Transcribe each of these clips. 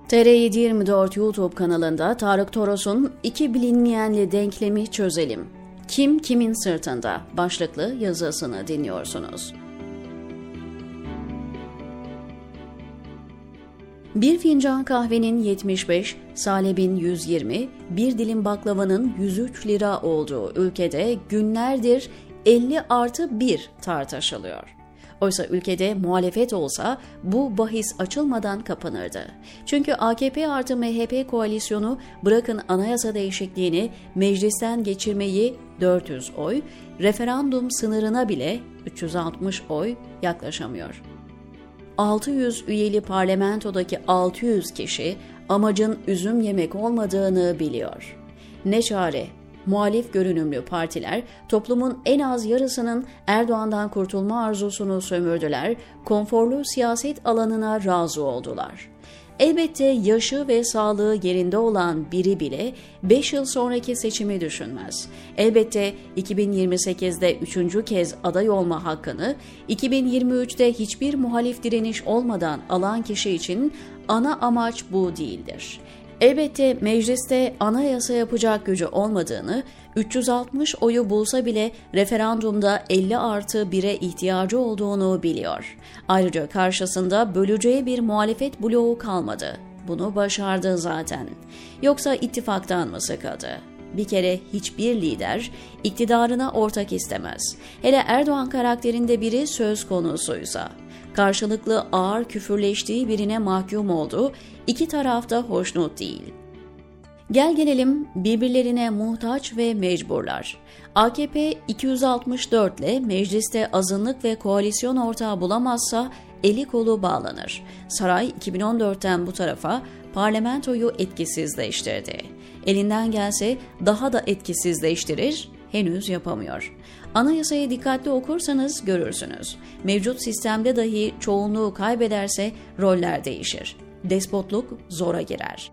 TR724 YouTube kanalında Tarık Toros'un "İki bilinmeyenli denklemi çözelim. Kim kimin sırtında?" başlıklı yazısını dinliyorsunuz. Bir fincan kahvenin 75, salebin 120, bir dilim baklavanın 103 lira olduğu ülkede günlerdir 50+1 tartışılıyor. Oysa ülkede muhalefet olsa bu bahis açılmadan kapanırdı. Çünkü AKP artı MHP koalisyonu bırakın anayasa değişikliğini meclisten geçirmeyi 400 oy, referandum sınırına bile 360 oy yaklaşamıyor. 600 üyeli parlamentodaki 600 kişi amacın üzüm yemek olmadığını biliyor. Ne çare? Muhalif görünümlü partiler toplumun en az yarısının Erdoğan'dan kurtulma arzusunu sömürdüler, konforlu siyaset alanına razı oldular. Elbette yaşı ve sağlığı yerinde olan biri bile 5 yıl sonraki seçimi düşünmez. Elbette 2028'de 3. kez aday olma hakkını 2023'te hiçbir muhalif direniş olmadan alan kişi için ana amaç bu değildir. Elbette mecliste anayasa yapacak gücü olmadığını, 360 oyu bulsa bile referandumda 50+1'e ihtiyacı olduğunu biliyor. Ayrıca karşısında böleceği bir muhalefet bloğu kalmadı. Bunu başardı zaten. Yoksa ittifaktan mı sıkıldı? Bir kere hiçbir lider iktidarına ortak istemez. Hele Erdoğan karakterinde biri söz konusuysa. Karşılıklı ağır küfürleştiği birine mahkum oldu, iki taraf da hoşnut değil. Gel gelelim birbirlerine muhtaç ve mecburlar. AKP 264 ile mecliste azınlık ve koalisyon ortağı bulamazsa eli kolu bağlanır. Saray 2014'ten bu tarafa parlamentoyu etkisizleştirdi. Elinden gelse daha da etkisizleştirir, henüz yapamıyor. Anayasayı dikkatli okursanız görürsünüz. Mevcut sistemde dahi çoğunluğu kaybederse roller değişir. Despotluk zora girer.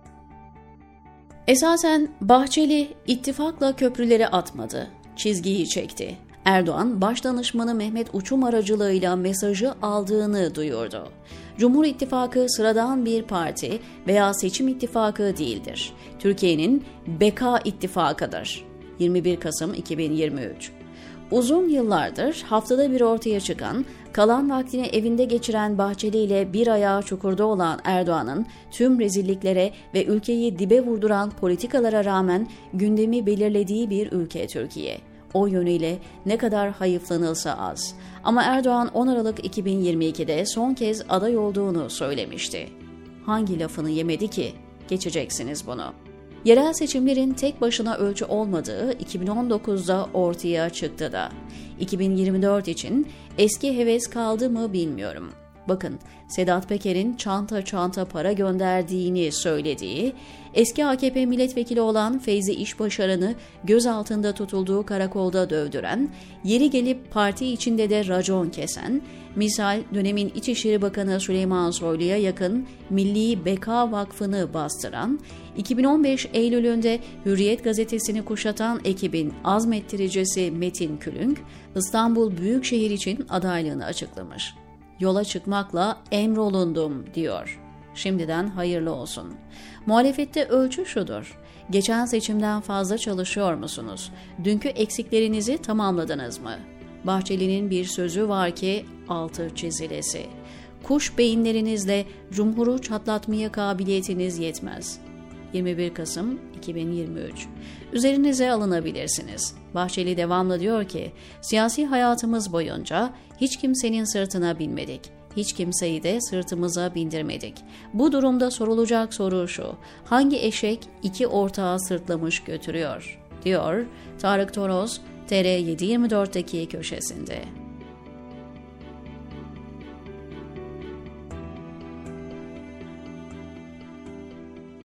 Esasen Bahçeli ittifakla köprüleri atmadı, çizgiyi çekti. Erdoğan, başdanışmanı Mehmet Uçum aracılığıyla mesajı aldığını duyurdu. Cumhur İttifakı sıradan bir parti veya seçim ittifakı değildir. Türkiye'nin beka ittifakıdır. 21 Kasım 2023. Uzun yıllardır haftada bir ortaya çıkan, kalan vaktini evinde geçiren Bahçeli ile bir ayağı çukurda olan Erdoğan'ın tüm rezilliklere ve ülkeyi dibe vurduran politikalara rağmen gündemi belirlediği bir ülke Türkiye. O yönüyle ne kadar hayıflanılsa az. Ama Erdoğan 10 Aralık 2022'de son kez aday olduğunu söylemişti. Hangi lafını yemedi ki? Geçeceksiniz bunu. Yerel seçimlerin tek başına ölçü olmadığı 2019'da ortaya çıktı da. 2024 için eski heves kaldı mı bilmiyorum. Bakın, Sedat Peker'in çanta çanta para gönderdiğini söylediği, eski AKP milletvekili olan Feyzi İşbaşaran'ı gözaltında tutulduğu karakolda dövdüren, yeri gelip parti içinde de racon kesen, misal dönemin İçişleri Bakanı Süleyman Soylu'ya yakın Milli Beka Vakfı'nı bastıran, 2015 Eylül'ünde Hürriyet gazetesini kuşatan ekibin azmettiricisi Metin Külünk, İstanbul Büyükşehir için adaylığını açıklamış. Yola çıkmakla emrolundum diyor. Şimdiden hayırlı olsun. Muhalefette ölçü şudur. Geçen seçimden fazla çalışıyor musunuz? Dünkü eksiklerinizi tamamladınız mı? Bahçeli'nin bir sözü var ki altı çizilesi. Kuş beyinlerinizle cumhuru çatlatmaya kabiliyetiniz yetmez. 21 Kasım 2023. Üzerinize alınabilirsiniz. Bahçeli devamlı diyor ki, siyasi hayatımız boyunca hiç kimsenin sırtına binmedik. Hiç kimseyi de sırtımıza bindirmedik. Bu durumda sorulacak soru şu, hangi eşek iki ortağı sırtlamış götürüyor? Diyor Tarık Toros, TR724'deki köşesinde.